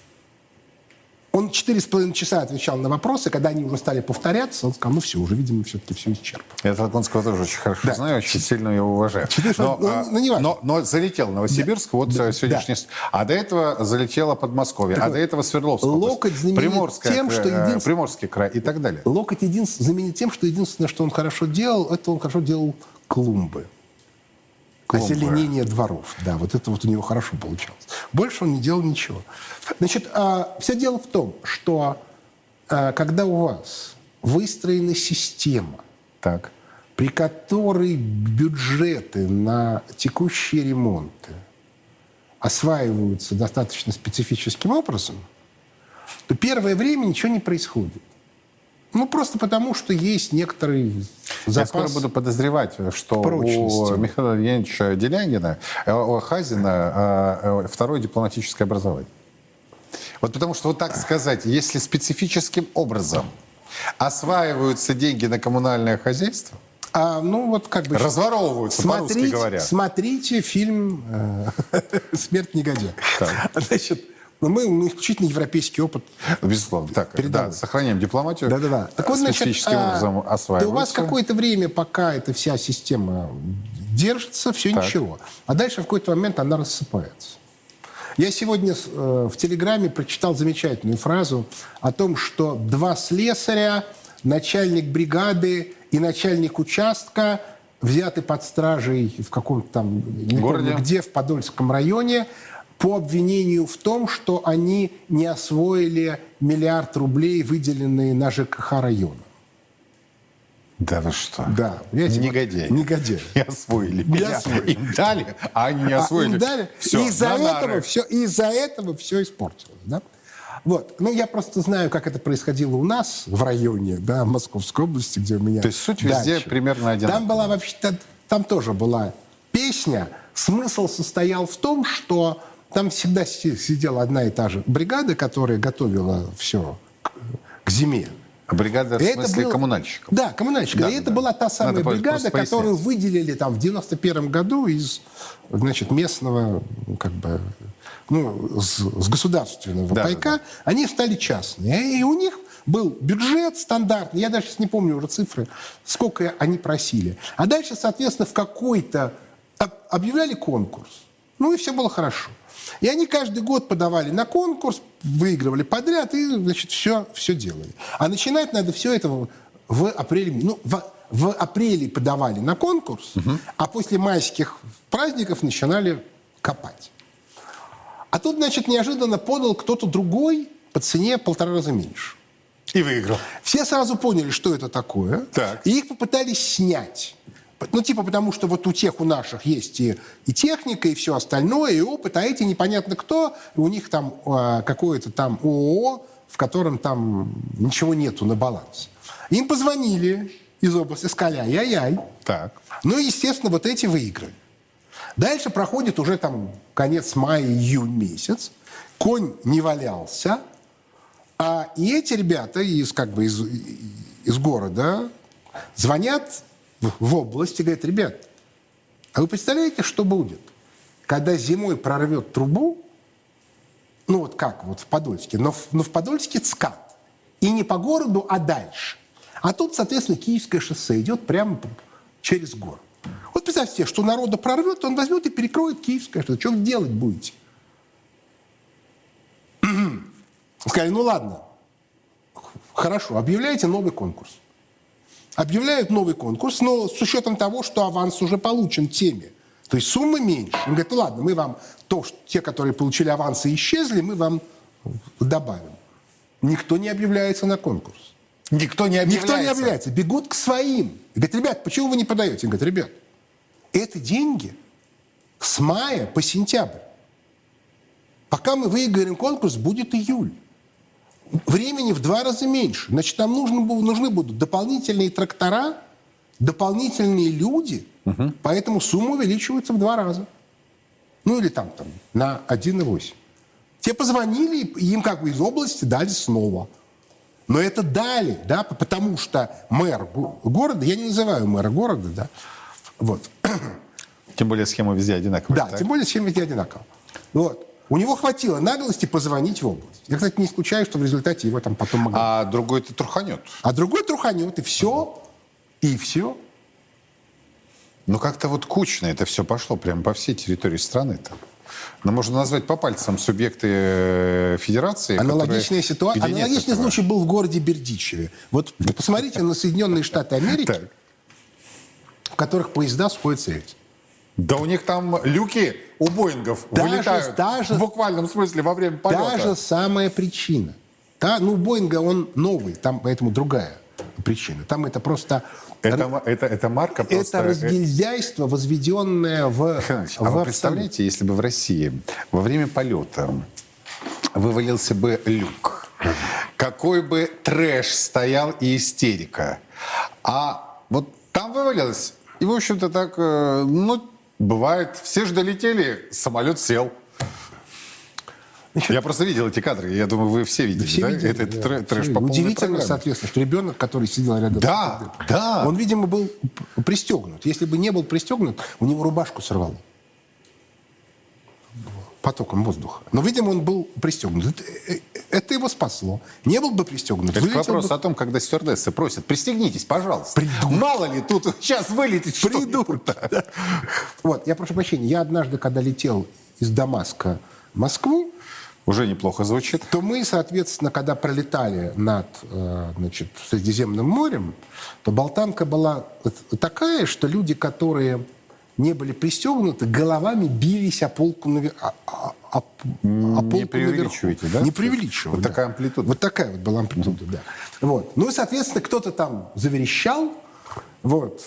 Он четыре с половиной часа отвечал на вопросы, когда они уже стали повторяться, он сказал, ну все, уже, видимо, все-таки все исчерпано. Я Толоконского тоже очень хорошо да. знаю, очень сильно его уважаю. четыре, Но, ну, а, ну, не важно. но, но залетел в Новосибирск, да. вот да. сегодняшний... Да. А до этого залетело Подмосковье, так а вот, до этого Свердловская Локоть знаменит Приморская, тем, что единствен... Приморский край и так далее. Локоть един... знаменит тем, что единственное, что он хорошо делал, это он хорошо делал клумбы. Клумбы. Озеленение дворов. Да, вот это вот у него хорошо получалось. Больше он не делал ничего. Значит, а, все дело в том, что а, когда у вас выстроена система, так. при которой бюджеты на текущие ремонты осваиваются достаточно специфическим образом, то первое время ничего не происходит. Ну, просто потому, что есть некоторый запас. Я скоро буду подозревать, что прочности. У Михаила Евгеньевича Делягина, у Хазина второе дипломатическое образование. Вот потому что, вот так сказать, если специфическим образом осваиваются деньги на коммунальное хозяйство, а, ну, вот как бы... разворовываются, по-русски говоря. Смотрите фильм «Смерть негодяя». Значит... Но мы, мы исключительно европейский опыт. Безусловно. Так, да, сохраняем дипломатию. Да-да-да. Так вот, специфическим значит, образом осваивается. Да у вас какое-то время, пока эта вся система держится, все так. ничего. А дальше в какой-то момент она рассыпается. Я сегодня э, в Телеграме прочитал замечательную фразу о том, что два слесаря, начальник бригады и начальник участка взяты под стражей в каком-то там, не помню где, в Подольском районе, по обвинению в том, что они не освоили миллиард рублей, выделенные на ЖКХ района. Да вы что? Да. Негодяи. Негодяи. Не освоили. Не освоили. Им дали, а они не освоили. А им дали. Все, из-за этого все, из-за этого все испортилось. Да? Вот. Ну, я просто знаю, как это происходило у нас в районе, да, Московской области, где у меня То есть суть везде дача. примерно одинаковая. Там была вообще-то, там тоже была песня. Смысл состоял в том, что там всегда сидела одна и та же бригада, которая готовила все к, к зиме. А бригада в это смысле было... коммунальщиков? Да, коммунальщиков. Да, и да, это да. была та самая Надо бригада, которую выделили там в девяносто первом году из, значит, местного, как бы, ну, с, с государственного да, пайка. Да, да. Они стали частные. И у них был бюджет стандартный. Я даже не помню уже цифры, сколько они просили. А дальше, соответственно, в какой-то... объявляли конкурс. Ну, и все было хорошо. И они каждый год подавали на конкурс, выигрывали подряд и, значит, все, все делали. А начинать надо все это в апреле. Ну, в, в апреле подавали на конкурс, угу. а после майских праздников начинали копать. А тут, значит, неожиданно подал кто-то другой по цене в полтора раза меньше. И выиграл. Все сразу поняли, что это такое. Так. И их попытались снять. Ну, типа, потому что вот у тех, у наших есть и, и техника, и все остальное, и опыт, а эти непонятно кто, у них там э, какое-то там ООО, в котором там ничего нету на балансе. Им позвонили из области, сказали, ай-яй-яй. Так. Ну, и, естественно, вот эти выиграли. Дальше проходит уже там конец мая, июнь месяц, конь не валялся, а и эти ребята из, как бы, из, из города звонят в области, говорят, ребят, а вы представляете, что будет, когда зимой прорвет трубу, ну вот как вот в Подольске, но в, но в Подольске ЦКАД, и не по городу, а дальше. А тут, соответственно, Киевское шоссе идет прямо через горы. Вот представьте себе, что народа прорвет, он возьмет и перекроет Киевское шоссе. Что вы делать будете? Сказали, ну ладно, хорошо, объявляйте новый конкурс. Объявляют новый конкурс, но с учетом того, что аванс уже получен теми. То есть суммы меньше. Он говорит, ну ладно, мы вам, то, что те, которые получили авансы и исчезли, мы вам добавим. Никто не объявляется на конкурс. Никто не объявляется. Никто не объявляется. Бегут к своим. Говорят, ребят, почему вы не подаете? Он говорит, ребят, это деньги с мая по сентябрь. Пока мы выиграем конкурс, будет июль. Времени в два раза меньше. Значит, нам нужны, нужны будут дополнительные трактора, дополнительные люди, угу. Поэтому сумма увеличивается в два раза. Ну или там, там на один и восемь. Те позвонили, и им как бы из области дали снова. Но это дали, да, потому что мэр города, я не называю мэра города, да, вот. Тем более схема везде одинаковая. Да, так? тем более схема везде одинаковая. Вот. У него хватило наглости позвонить в область. Я, кстати, не исключаю, что в результате его там потом могли... А другой-то труханет. А другой труханет, и все, и все. Ну, как-то вот кучно это все пошло прямо по всей территории страны-то. Но можно назвать по пальцам субъекты федерации. Аналогичная ситуация. Аналогичный этого. случай был в городе Бердичеве. Вот посмотрите на Соединенные Штаты Америки, в которых поезда сходят с рельс. Да у них там люки у Боингов даже, вылетают даже, в буквальном смысле во время полета. Та же самая причина. Та, ну, Боинга, он новый, там поэтому другая причина. Там это просто... Это, это, это марка просто... Это разгильдяйство, возведенное в... А в вы представляете, если бы в России во время полета вывалился бы люк, какой бы трэш стоял и истерика. А вот там вывалилось, и, в общем-то, так, ну, бывает, все же долетели, самолет сел. Я просто видел эти кадры, я думаю, вы все видели, все да? Видели, это, это да. Трэш по полной Удивительно, программе. соответственно, что ребенок, который сидел рядом да, с да. он, видимо, был пристегнут. Если бы не был пристегнут, у него рубашку сорвало потоком воздуха. Но, видимо, он был пристегнут. Это, это его спасло. Не был бы пристегнут. Это вопрос бы... о том, когда стюардессы просят, пристегнитесь, пожалуйста. Придурок. Мало ли, тут сейчас вылетит что-нибудь. Да. Вот, я прошу прощения. Я однажды, когда летел из Дамаска в Москву, уже неплохо звучит. То мы, соответственно, когда пролетали над, значит, Средиземным морем, то болтанка была такая, что люди, которые не были пристегнуты, головами бились о полку, навер... о, о, о, о полку не преувеличивайте, наверху. Да? Не преувеличивайте. Вот да. такая амплитуда. Вот такая вот была амплитуда, mm-hmm. да. Вот. Ну и, соответственно, кто-то там заверещал, вот.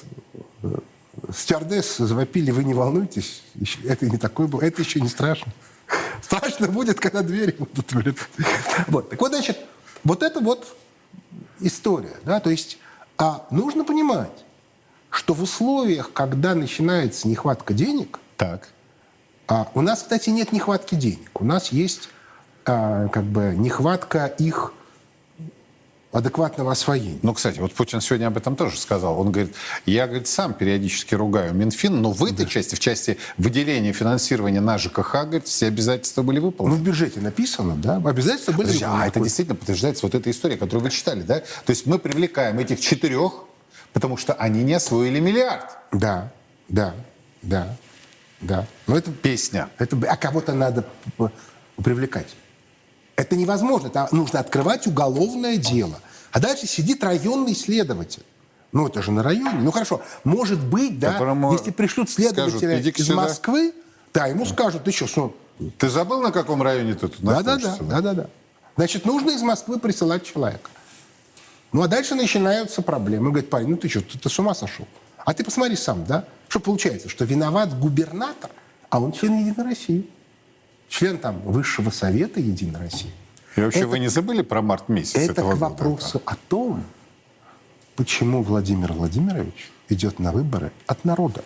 Стюардессы завопили, вы не волнуйтесь, это не такое было, это еще не страшно. Страшно будет, когда двери будут вылетать. Вот. Так вот, значит, вот это вот история. Да? То есть а нужно понимать, что в условиях, когда начинается нехватка денег, так. а, у нас, кстати, нет нехватки денег. У нас есть а, как бы нехватка их адекватного освоения. Ну, кстати, вот Путин сегодня об этом тоже сказал. Он говорит, я, говорит, сам периодически ругаю Минфин, но в этой да. части, в части выделения финансирования на ЖКХ, говорит, все обязательства были выполнены. Ну, в бюджете написано, да, обязательства были Подожди, выполнены. А это действительно подтверждается вот эта история, которую вы читали, да? То есть мы привлекаем этих четырех, потому что они не освоили миллиард. Да, да, да, да. Но это песня. Это, а кого-то надо привлекать. Это невозможно. Это нужно открывать уголовное дело. А дальше сидит районный следователь. Ну, это же на районе. Ну, хорошо. Может быть, да, Которому если пришлют следователя скажут, из сюда. Москвы, да, ему скажут, ты что, что? Ты забыл, на каком районе ты тут да, находишься? Да, да, да, да, да. Значит, нужно из Москвы присылать человека. Ну, а дальше начинаются проблемы. Говорит, парень, ну ты что, ты, ты с ума сошел? А ты посмотри сам, да? Что получается? Что виноват губернатор, а он член Единой России. Член там Высшего Совета Единой России. И вообще это, вы не забыли про март месяц это этого года? Это к вопросу да? о том, почему Владимир Владимирович идет на выборы от народа.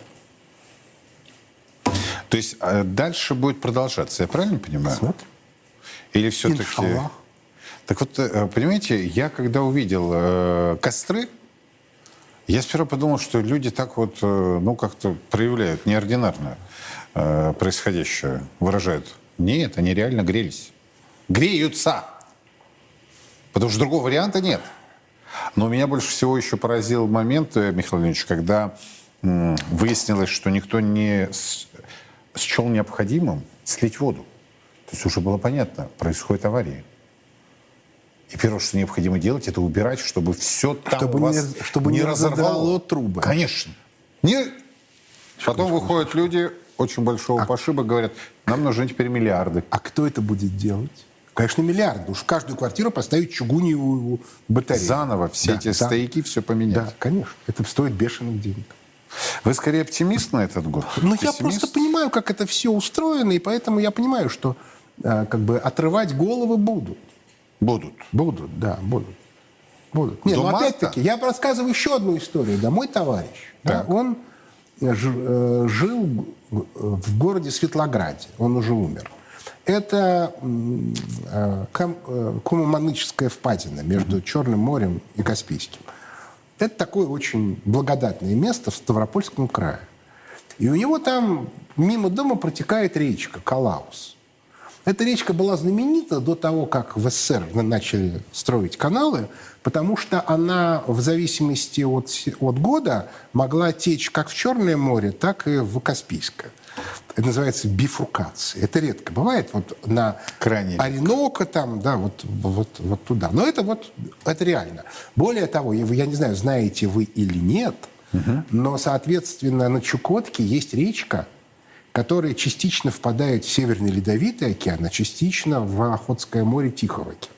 То есть дальше будет продолжаться, я правильно понимаю? Смотрим. Или все-таки... Иншаллах. Так вот, понимаете, я когда увидел э, костры, я сперва подумал, что люди так вот, э, ну, как-то проявляют неординарно э, происходящее, выражают. Нет, они реально грелись. Греются. Потому что другого варианта нет. Но меня больше всего еще поразил момент, Михаил Владимирович, когда м, выяснилось, что никто не с- счел необходимым слить воду. То есть уже было понятно, происходит авария. И первое, что необходимо делать, это убирать, чтобы все там Чтобы у вас не- чтобы не не разорвало разодрало трубы. Конечно. Не... Потом выходят люди очень большого пошиба, говорят, нам нужны теперь миллиарды. А кто это будет делать? Конечно, миллиарды. Уж в каждую квартиру поставить чугуневую батарею. Заново все Да, эти да. стояки все поменять. Да, конечно. Это стоит бешеных денег. Вы скорее оптимист на этот год? Но я Пессимист? просто понимаю, как это все устроено, и поэтому я понимаю, что э, как бы отрывать головы будут. Будут. Будут, да, будут. Будут. Нет, До ну марта? опять-таки, я рассказываю еще одну историю. Да, мой товарищ, да, Так. он ж- э, жил в городе Светлограде. Он уже умер. Это м, э, Кам- э, Кумаманыческая впадина между Черным морем и Каспийским. Это такое очень благодатное место в Ставропольском крае. И у него там мимо дома протекает речка Калаус. Эта речка была знаменита до того, как в СССР начали строить каналы, потому что она в зависимости от, се- от года могла течь как в Черное море, так и в Каспийское. Это называется бифуркация. Это редко бывает. Вот на Крайне редко. Оренока там, да, вот, вот, вот туда. Но это вот, это реально. Более того, я я не знаю, знаете вы или нет, но, соответственно, на Чукотке есть речка, которая частично впадает в Северный Ледовитый океан, а частично в Охотское море Тихого океана.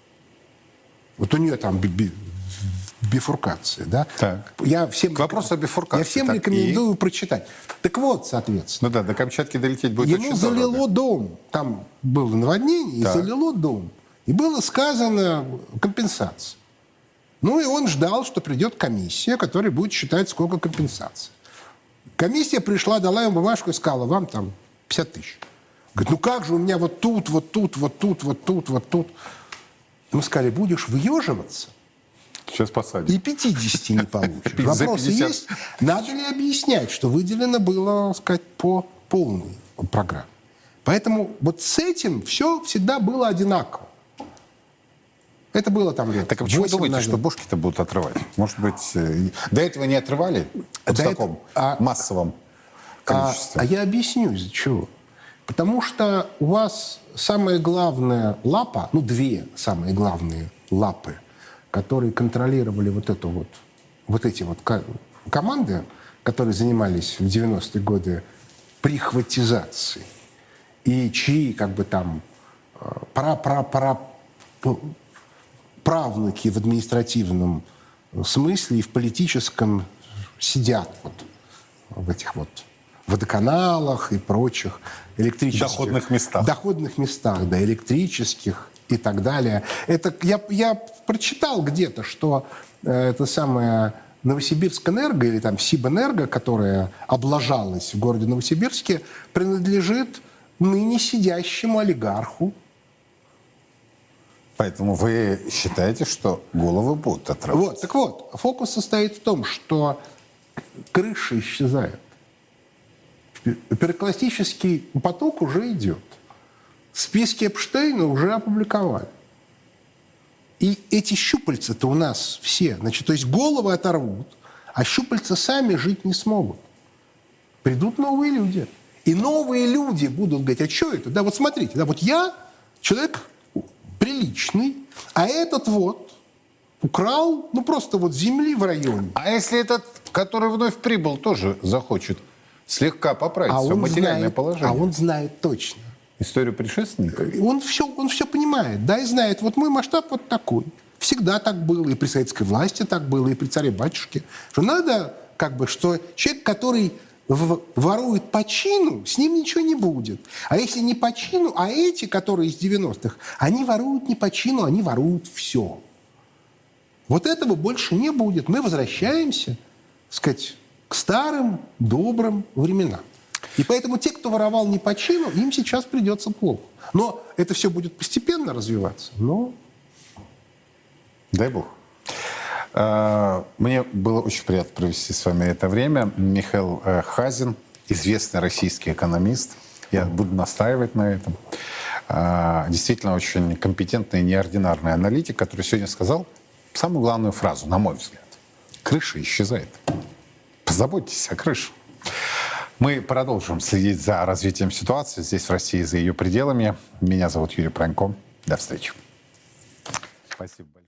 Вот у нее там би- би- бифуркация, да? Так. Я всем, К вопросу о бифуркации. Я всем Так, рекомендую прочитать. Так вот, соответственно, Ну да, до Камчатки долететь будет ему очень залило дорого. дом. Там было наводнение, и Так. залило дом. И было сказано компенсация. Ну и он ждал, что придет комиссия, которая будет считать, сколько компенсации. Комиссия пришла, дала ему бумажку и сказала, вам там пятьдесят тысяч. Говорит, ну как же у меня вот тут, вот тут, вот тут, вот тут, вот тут. Мы сказали, будешь выеживаться, Сейчас посадим. и пятидесяти не получишь. За Вопросы пятьдесят. есть? Надо ли объяснять, что выделено было, так сказать, по полной программе? Поэтому вот с этим все всегда было одинаково. Это было там лет Так а почему вы восемь думаете, назад. что бошки-то будут отрывать? Может быть, э, до этого не отрывали вот До в таком этого- а- массовом А, количестве? а я объясню, из-за чего. Потому что у вас самая главная лапа, ну, две самые главные лапы, которые контролировали вот эту вот, вот эти вот ко- команды, которые занимались в девяностые годы прихватизацией, и чьи, как бы там, пра-пра-пра правнуки в административном смысле и в политическом сидят вот в этих вот водоканалах и прочих электрических... Доходных местах. Доходных местах, да, электрических и так далее. Это я, я прочитал где-то, что э, это самое Новосибирскэнерго или там Сибэнерго, которая облажалась в городе Новосибирске, принадлежит ныне сидящему олигарху. Поэтому вы считаете, что головы будут отрывать? Вот, так вот, фокус состоит в том, что крыша исчезает. Пирокластический поток уже идет. Списки Эпштейна уже опубликовали. И эти щупальца-то у нас все, значит, то есть головы оторвут, а щупальца сами жить не смогут. Придут новые люди. И новые люди будут говорить, а что это? Да, вот смотрите, да, вот я человек приличный, а этот вот украл, ну, просто вот земли в районе. А если этот, который вновь прибыл, тоже захочет слегка поправить А свое он материальное знает, положение? а он знает точно. Историю предшественника? Он все, он все понимает, да, и знает, вот мой масштаб вот такой. Всегда так было, и при советской власти так было, и при царе-батюшке. Что надо, как бы, что человек, который в- ворует по чину, с ним ничего не будет. А если не по чину, а эти, которые из девяностых, они воруют не по чину, они воруют все. Вот этого больше не будет. Мы возвращаемся, так сказать, к старым добрым временам. И поэтому те, кто воровал не по чину, им сейчас придется плохо. Но это все будет постепенно развиваться. Но Дай бог. А, Мне было очень приятно провести с вами это время. Михаил э, Хазин, известный российский экономист. Я буду настаивать на этом. А, Действительно очень компетентный и неординарный аналитик, который сегодня сказал самую главную фразу, на мой взгляд. Крыша исчезает. Позаботьтесь о крыше. Мы продолжим следить за развитием ситуации здесь, в России, за ее пределами. Меня зовут Юрий Пронько. До встречи. Спасибо большое.